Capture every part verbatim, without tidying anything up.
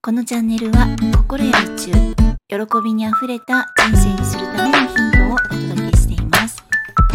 このチャンネルは心や宇宙、喜びにあふれた人生にするためのヒントをお届けしています。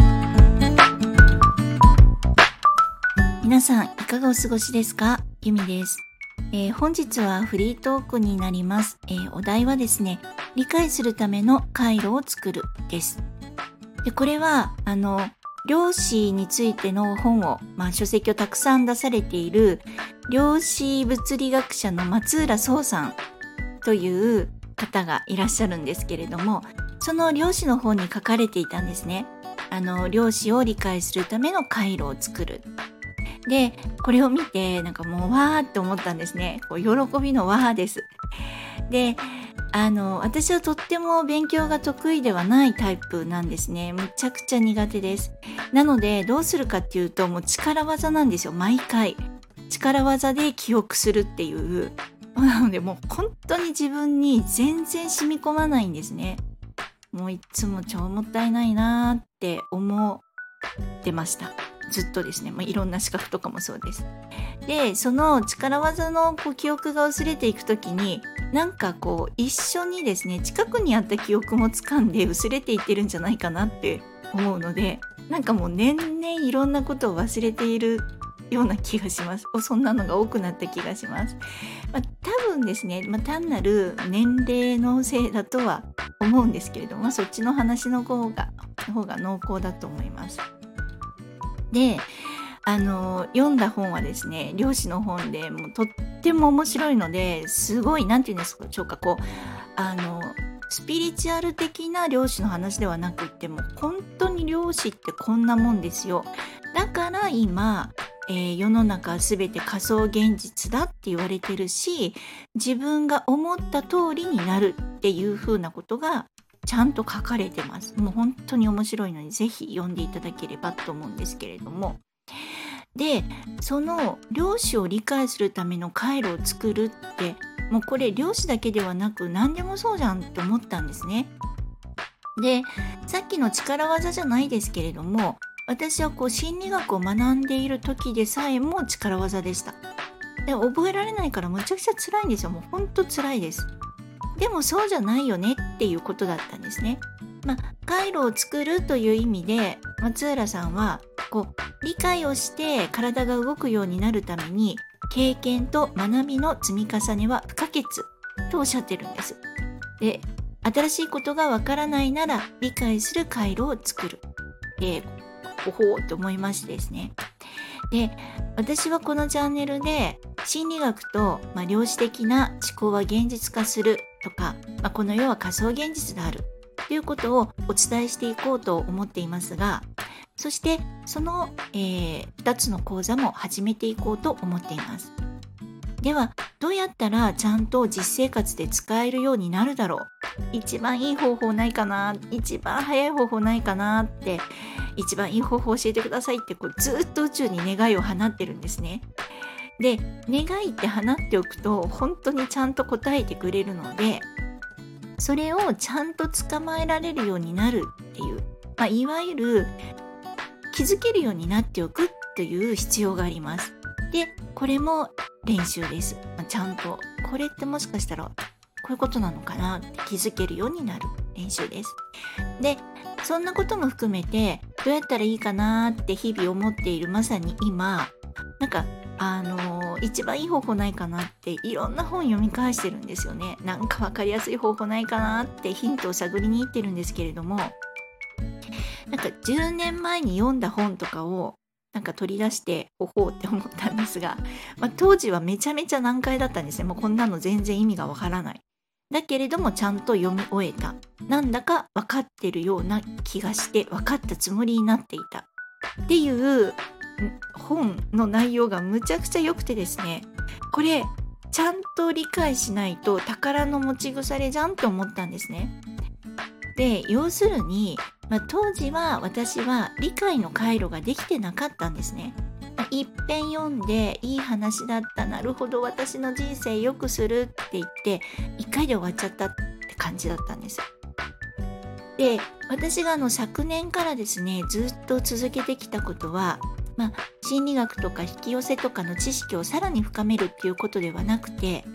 皆さんいかがお過ごしですか？ゆみです。えー、本日はフリートークになります。えー、お題はですね、理解するための回路を作るです。でこれはあの量子についての本を、まあ、書籍をたくさん出されている量子物理学者の松浦壮さんという方がいらっしゃるんですけれども、その量子の本に書かれていたんですね。あの量子を理解するための回路を作る。でこれを見てなんかもうわーって思ったんですね。こう喜びのわーです。であの私はとっても勉強が得意ではないタイプなんですね。むちゃくちゃ苦手です。なのでどうするかっていうと、もう力技なんですよ。毎回力技で記憶するっていう。なのでもう本当に自分に全然染み込まないんですね。もういつも超もったいないなーって思ってました。ずっとですね、まあ、いろんな資格とかもそうです。でその力技のこう記憶が薄れていくときに、なんかこう一緒にですね、近くにあった記憶も掴んで薄れていってるんじゃないかなって思うので、なんかもう年々いろんなことを忘れているような気がします。そんなのが多くなった気がします。まあ、多分ですね、まあ、単なる年齢のせいだとは思うんですけれども、まあ、そっちの話の方が方が濃厚だと思います。であの読んだ本はですね、量子の本でもうとっても面白いので、すごいなんていうんですか、ちょうかこうあのスピリチュアル的な量子の話ではなくって、も本当に量子ってこんなもんですよ。だから今、えー、世の中は全て仮想現実だって言われてるし、自分が思った通りになるっていう風なことがちゃんと書かれてます。もう本当に面白いのでぜひ読んでいただければと思うんですけれども、でその量子を理解するための回路を作るって、もうこれ量子だけではなく何でもそうじゃんと思ったんですね。でさっきの力技じゃないですけれども、私はこう心理学を学んでいる時でさえも力技でした。で覚えられないからむちゃくちゃ辛いんですよ。もうほんと辛いです。でもそうじゃないよねっていうことだったんですね。まあ、回路を作るという意味で松浦さんはこう理解をして体が動くようになるために、経験と学びの積み重ねは不可欠とおっしゃってるんです。で新しいことがわからないなら理解する回路を作る。えー、ほほーって思いましてですね。で私はこのチャンネルで心理学と、まあ、量子的な思考は現実化するとか、まあ、この世は仮想現実であるということをお伝えしていこうと思っていますが、そしてその、えー、ふたつの講座も始めていこうと思っています。ではどうやったらちゃんと実生活で使えるようになるだろう、一番いい方法ないかな、一番早い方法ないかなって、一番いい方法教えてくださいってこうずっと宇宙に願いを放ってるんですね。で願いって放っておくと本当にちゃんと答えてくれるので、それをちゃんと捕まえられるようになるっていう、まあ、いわゆる気づけるようになっておくという必要があります。でこれも練習です。まあ、ちゃんとこれってもしかしたらこういうことなのかなって気づけるようになる練習です。でそんなことも含めてどうやったらいいかなって日々思っているまさに今、なんかあのー、一番いい方法ないかなっていろんな本読み返してるんですよね。なんか分かりやすい方法ないかなってヒントを探りに行ってるんですけれども、なんかじゅうねんまえに読んだ本とかをなんか取り出してほほうって思ったんですが、まあ、当時はめちゃめちゃ難解だったんですね。もうこんなの全然意味がわからない。だけれどもちゃんと読み終えた。なんだか分かってるような気がして分かったつもりになっていたっていう本の内容がむちゃくちゃ良くてですね、これちゃんと理解しないと宝の持ち腐れじゃんと思ったんですね。で要するに、まあ、当時は私は理解の回路ができてなかったんですね。まあ、一遍読んでいい話だった、なるほど私の人生良くするって言って一回で終わっちゃったって感じだったんです。で私があの昨年からですねずっと続けてきたことは、まあ、心理学とか引き寄せとかの知識をさらに深めるっていうことではなくて、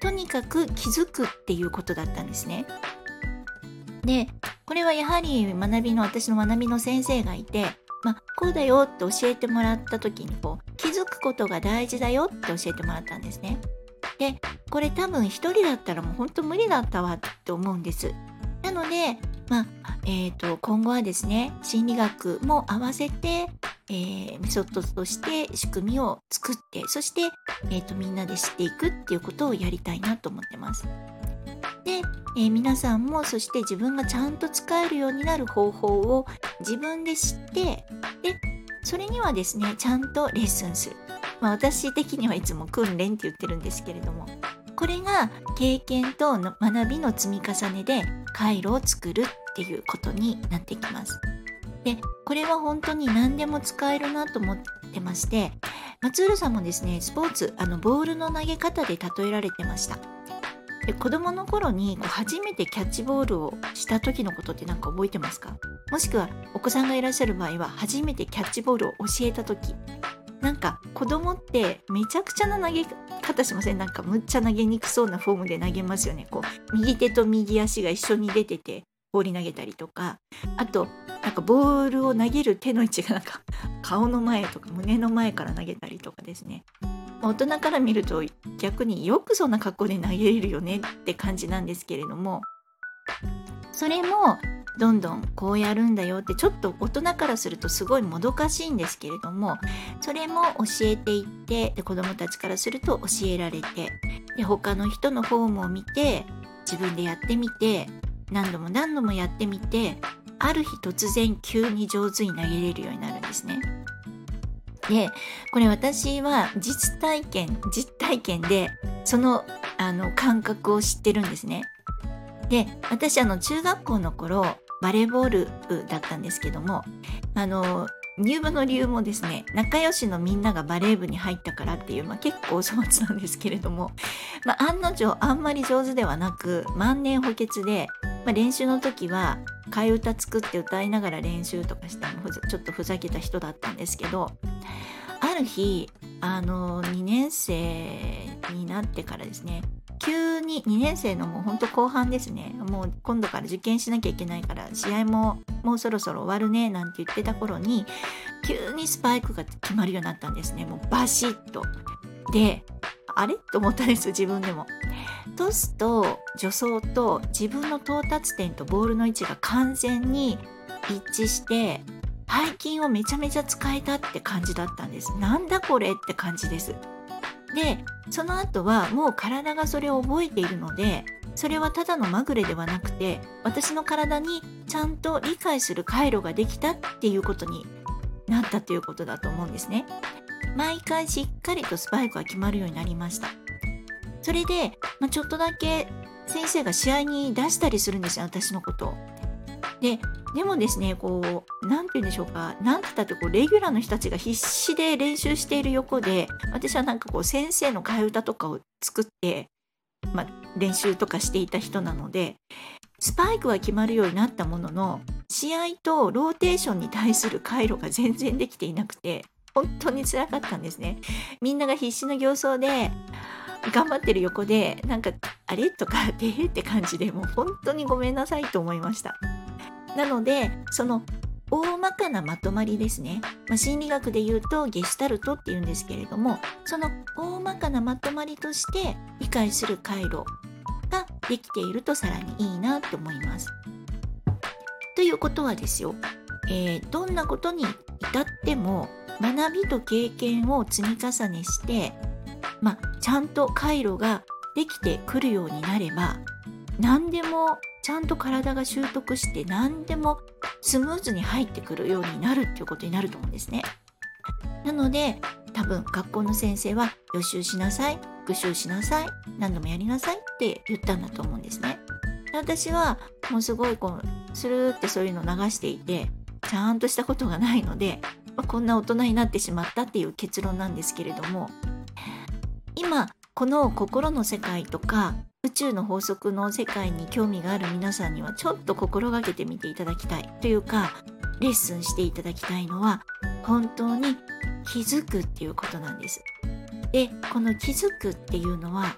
とにかく気づくっていうことだったんですね。で、これはやはり学びの私の学びの先生がいて、まあ、こうだよって教えてもらった時にこう気づくことが大事だよって教えてもらったんですね。で、これ多分一人だったらもう本当無理だったわって思うんです。なので、まあえー、と今後はですね、心理学も合わせて、えーメソッドとして仕組みを作って、そして、えー、とみんなで知っていくっていうことをやりたいなと思ってます。で、えー皆さんもそして自分がちゃんと使えるようになる方法を自分で知って、でそれにはですね、ちゃんとレッスンする。まあ、私的にはいつも訓練って言ってるんですけれども、これが経験との学びの積み重ねで回路を作るっていうことになってきます。で、これは本当に何でも使えるなと思ってまして、松浦さんもですね、スポーツ、あのボールの投げ方で例えられてました。で、子供の頃にこう初めてキャッチボールをした時のことって何か覚えてますか？もしくはお子さんがいらっしゃる場合は、初めてキャッチボールを教えた時、なんか子供ってめちゃくちゃな投げ方しません？なんかむっちゃ投げにくそうなフォームで投げますよね。こう右手と右足が一緒に出てて放り投げたりとか、あとなんかボールを投げる手の位置がなんか顔の前とか胸の前から投げたりとかですね。大人から見ると逆によくそんな格好で投げれるよねって感じなんですけれども、それもどんどんこうやるんだよって、ちょっと大人からするとすごいもどかしいんですけれども、それも教えていって、で子どもたちからすると教えられて、で他の人のフォームを見て自分でやってみて、何度も何度もやってみて、ある日突然急に上手に投げれるようになるんですね。で、これ私は実体験実体験でそのあの感覚を知ってるんですね。で、私あの中学校の頃バレーボール部だったんですけども、あの入部の理由もですね、仲良しのみんながバレー部に入ったからっていう、まあ、結構お粗末なんですけれども、まあ、案の定あんまり上手ではなく、万年補欠で、まあ、練習の時は替え歌作って歌いながら練習とかしてもちょっとふざけた人だったんですけど、ある日あのにねん生になってからですね、急ににねん生のもうほんと後半ですね、もう今度から受験しなきゃいけないから試合ももうそろそろ終わるねなんて言ってた頃に、急にスパイクが決まるようになったんですね。もうバシッと。で、あれと思ったんです、自分でも。トスと助走と自分の到達点とボールの位置が完全に一致して、背筋をめちゃめちゃ使えたって感じだったんです。なんだこれって感じです。で、その後はもう体がそれを覚えているので、それはただのまぐれではなくて、私の体にちゃんと理解する回路ができたっていうことになったということだと思うんですね。毎回しっかりとスパイクが決まるようになりました。それで、まあ、ちょっとだけ先生が試合に出したりするんですよ、私のことを。で、でもですね、こう、なんて言うんでしょうか、なんて言ったってこう、レギュラーの人たちが必死で練習している横で、私はなんかこう、先生の替え歌とかを作って、まあ、練習とかしていた人なので、スパイクは決まるようになったものの、試合とローテーションに対する回路が全然できていなくて、本当に辛かったんですね。みんなが必死の形相で、頑張ってる横で、なんか、あれとか、でへって感じで、もう本当にごめんなさいと思いました。なので、その大まかなまとまりですね、まあ、心理学で言うとゲシュタルトっていうんですけれども、その大まかなまとまりとして理解する回路ができているとさらにいいなと思います。ということはですよ、えー、どんなことに至っても学びと経験を積み重ねして、まあ、ちゃんと回路ができてくるようになれば、何でもちゃんと体が習得して何でもスムーズに入ってくるようになるっていうことになると思うんですね。なので多分学校の先生は予習しなさい、復習しなさい、何度もやりなさいって言ったんだと思うんですね。で、私はもうすごいこうスルーってそういうのを流していて、ちゃんとしたことがないので、まあ、こんな大人になってしまったっていう結論なんですけれども、今この心の世界とか宇宙の法則の世界に興味がある皆さんにはちょっと心がけてみていただきたいというか、レッスンしていただきたいのは、本当に気づくっていうことなんです。で、この気づくっていうのは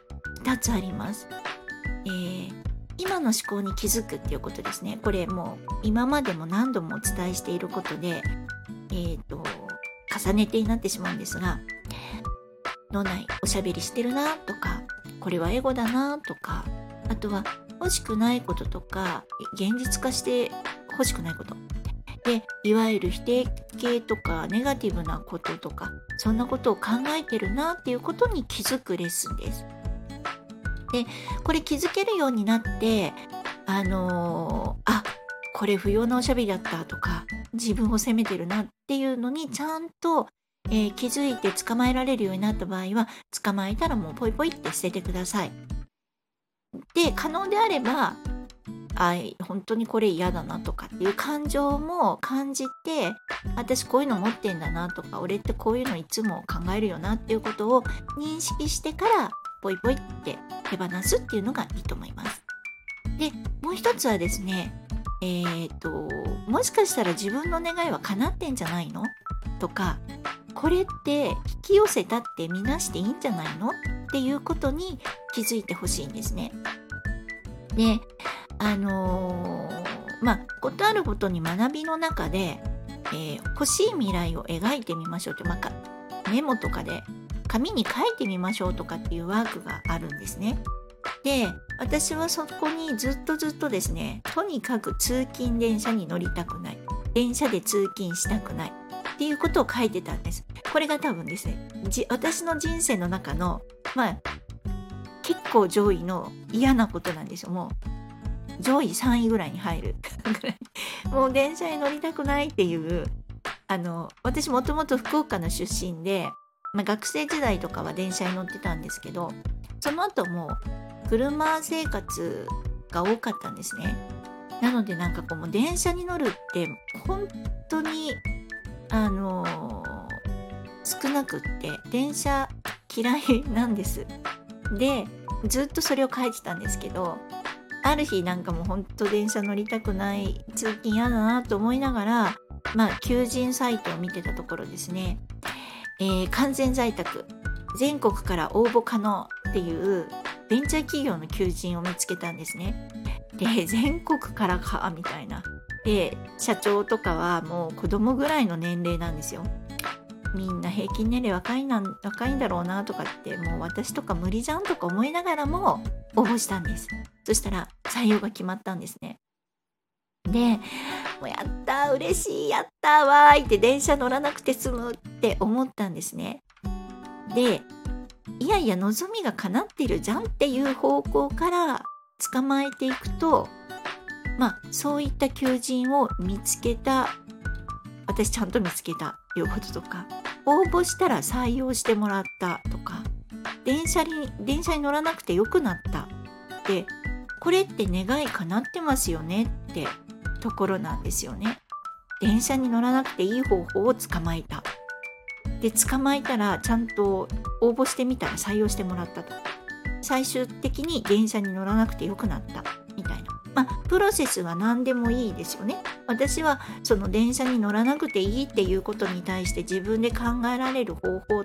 たつあります。えー今の思考に気づくっていうことですね。これもう今までも何度もお伝えしていることで、えーと、重ねてになってしまうんですが、脳内おしゃべりしてるなとか、これはエゴだなとか、あとは欲しくないこととか、現実化して欲しくないことで、いわゆる否定形とかネガティブなこととか、そんなことを考えてるなっていうことに気づくレッスンです。で、これ気づけるようになって、あのーあ、これ不要なおしゃべりだったとか、自分を責めてるなっていうのにちゃんと、えー気づいて捕まえられるようになった場合は、捕まえたらもうポイポイって捨ててください。で、可能であれば、あ、本当にこれ嫌だなとかっていう感情も感じて、私こういうの持ってんだなとか、俺ってこういうのいつも考えるよなっていうことを認識してから、ポイポイって手放すっていうのがいいと思います。で、もう一つはですね、えっと、もしかしたら自分の願いは叶ってんじゃないのとか、これって引き寄せたって見なしていいんじゃないのっていうことに気づいてほしいんですね。で、あのーまあ、ことあるごとに学びの中で、えー欲しい未来を描いてみましょうと、まあ、かメモとかで紙に書いてみましょうとかっていうワークがあるんですね。で、私はそこにずっとずっとですね、とにかく通勤電車に乗りたくない。電車で通勤したくない。っていうことを書いてたんです。これが多分ですね、じ私の人生の中の、まあ、結構上位の嫌なことなんですよ。もう、上位さんいぐらいに入るぐらい。もう電車に乗りたくないっていう、あの、私もともと福岡の出身で、まあ、学生時代とかは電車に乗ってたんですけど、その後も車生活が多かったんですね。なのでなんかこうもう電車に乗るって本当にあのー少なくって、電車嫌いなんです。で、ずっとそれを書いてたんですけど、ある日なんかもう本当電車乗りたくない、通勤嫌だなと思いながら、まあ求人サイトを見てたところですね、えー完全在宅全国から応募可能っていうベンチャー企業の求人を見つけたんですね。で、全国からかみたいな。で、社長とかはもう子供ぐらいの年齢なんですよ。みんな平均年齢若いな若いんだろうなとかって、もう私とか無理じゃんとか思いながらも応募したんです。そしたら採用が決まったんですね。で、もうやったー嬉しいやったーわーいって電車乗らなくて済むって思ったんですね。で、いやいや望みが叶ってるじゃんっていう方向から捕まえていくと、まあそういった求人を見つけた、私ちゃんと見つけたということとか、応募したら採用してもらったとか、電車に電車に乗らなくてよくなったって、これって願い叶ってますよねってところなんですよね。電車に乗らなくていい方法を捕まえた。で、捕まえたらちゃんと応募してみたら採用してもらったと。最終的に電車に乗らなくてよくなったみたいな。まあプロセスは何でもいいですよね。私はその電車に乗らなくていいっていうことに対して自分で考えられる方法って、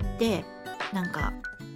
なんか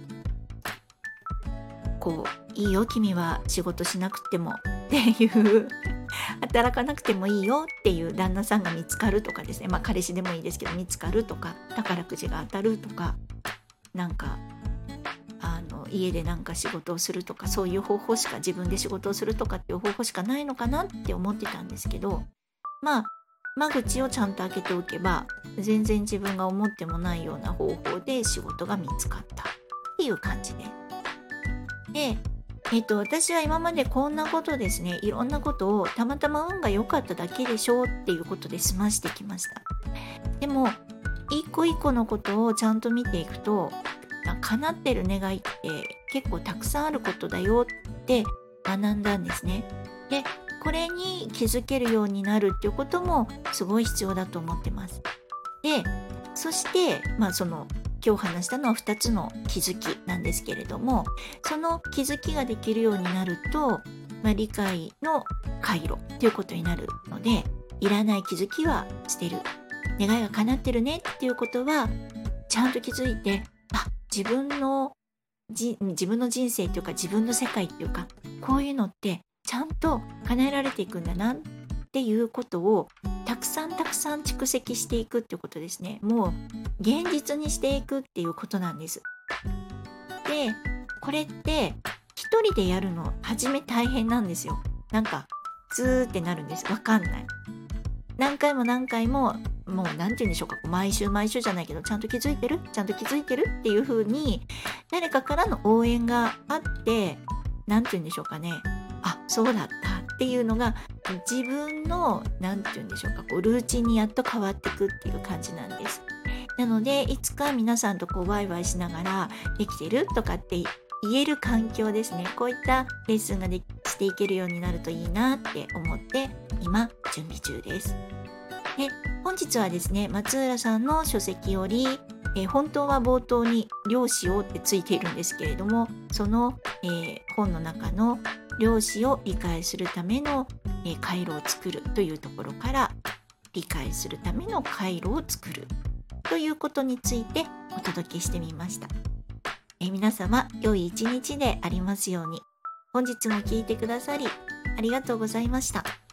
こう、いいよ君は仕事しなくてもっていう働かなくてもいいよっていう旦那さんが見つかるとかですね、まあ彼氏でもいいですけど見つかるとか、宝くじが当たるとか、なんかあの家でなんか仕事をするとか、そういう方法しか、自分で仕事をするとかっていう方法しかないのかなって思ってたんですけど、まあ間口をちゃんと開けておけば全然自分が思ってもないような方法で仕事が見つかったっていう感じで、で、えっと、私は今までこんなことですね、いろんなことをたまたま運が良かっただけでしょうっていうことで済ましてきました。でも一個一個のことをちゃんと見ていくと、叶ってる願いって結構たくさんあることだよって学んだんですね。で、これに気づけるようになるっていうこともすごい必要だと思ってます。で、そしてまあその今日話したのはふたつの気づきなんですけれども、その気づきができるようになると、まあ、理解の回路ということになるので、いらない気づきは捨てる。願いが叶ってるねっていうことはちゃんと気づいて、あ、自分のじ自分の人生っていうか自分の世界っていうか、こういうのってちゃんと叶えられていくんだなっていうことをたくさんたくさん蓄積していくっていうことですね。もう現実にしていくっていうことなんです。で、これって一人でやるの初め大変なんですよ。なんかツーってなるんです。わかんない。何回も何回も、もうなんて言うんでしょうか、毎週毎週じゃないけど、ちゃんと気づいてるちゃんと気づいてるっていう風に誰かからの応援があって、なんて言うんでしょうかね、あ、そうだったっていうのが自分のなんて言うんでしょうか、こうルーチンにやっと変わっていくっていう感じなんです。なのでいつか皆さんとこうワイワイしながらできてるとかって言える環境ですね。こういったレッスンがでしていけるようになるといいなって思って今準備中です。で、本日はですね、松浦さんの書籍より、えー本当は冒頭に量子をってついているんですけれども、その、えー本の中の量子を理解するための、えー回路を作るというところから、理解するための回路を作るということについてお届けしてみました。えー皆様良い一日でありますように。本日も聞いてくださりありがとうございました。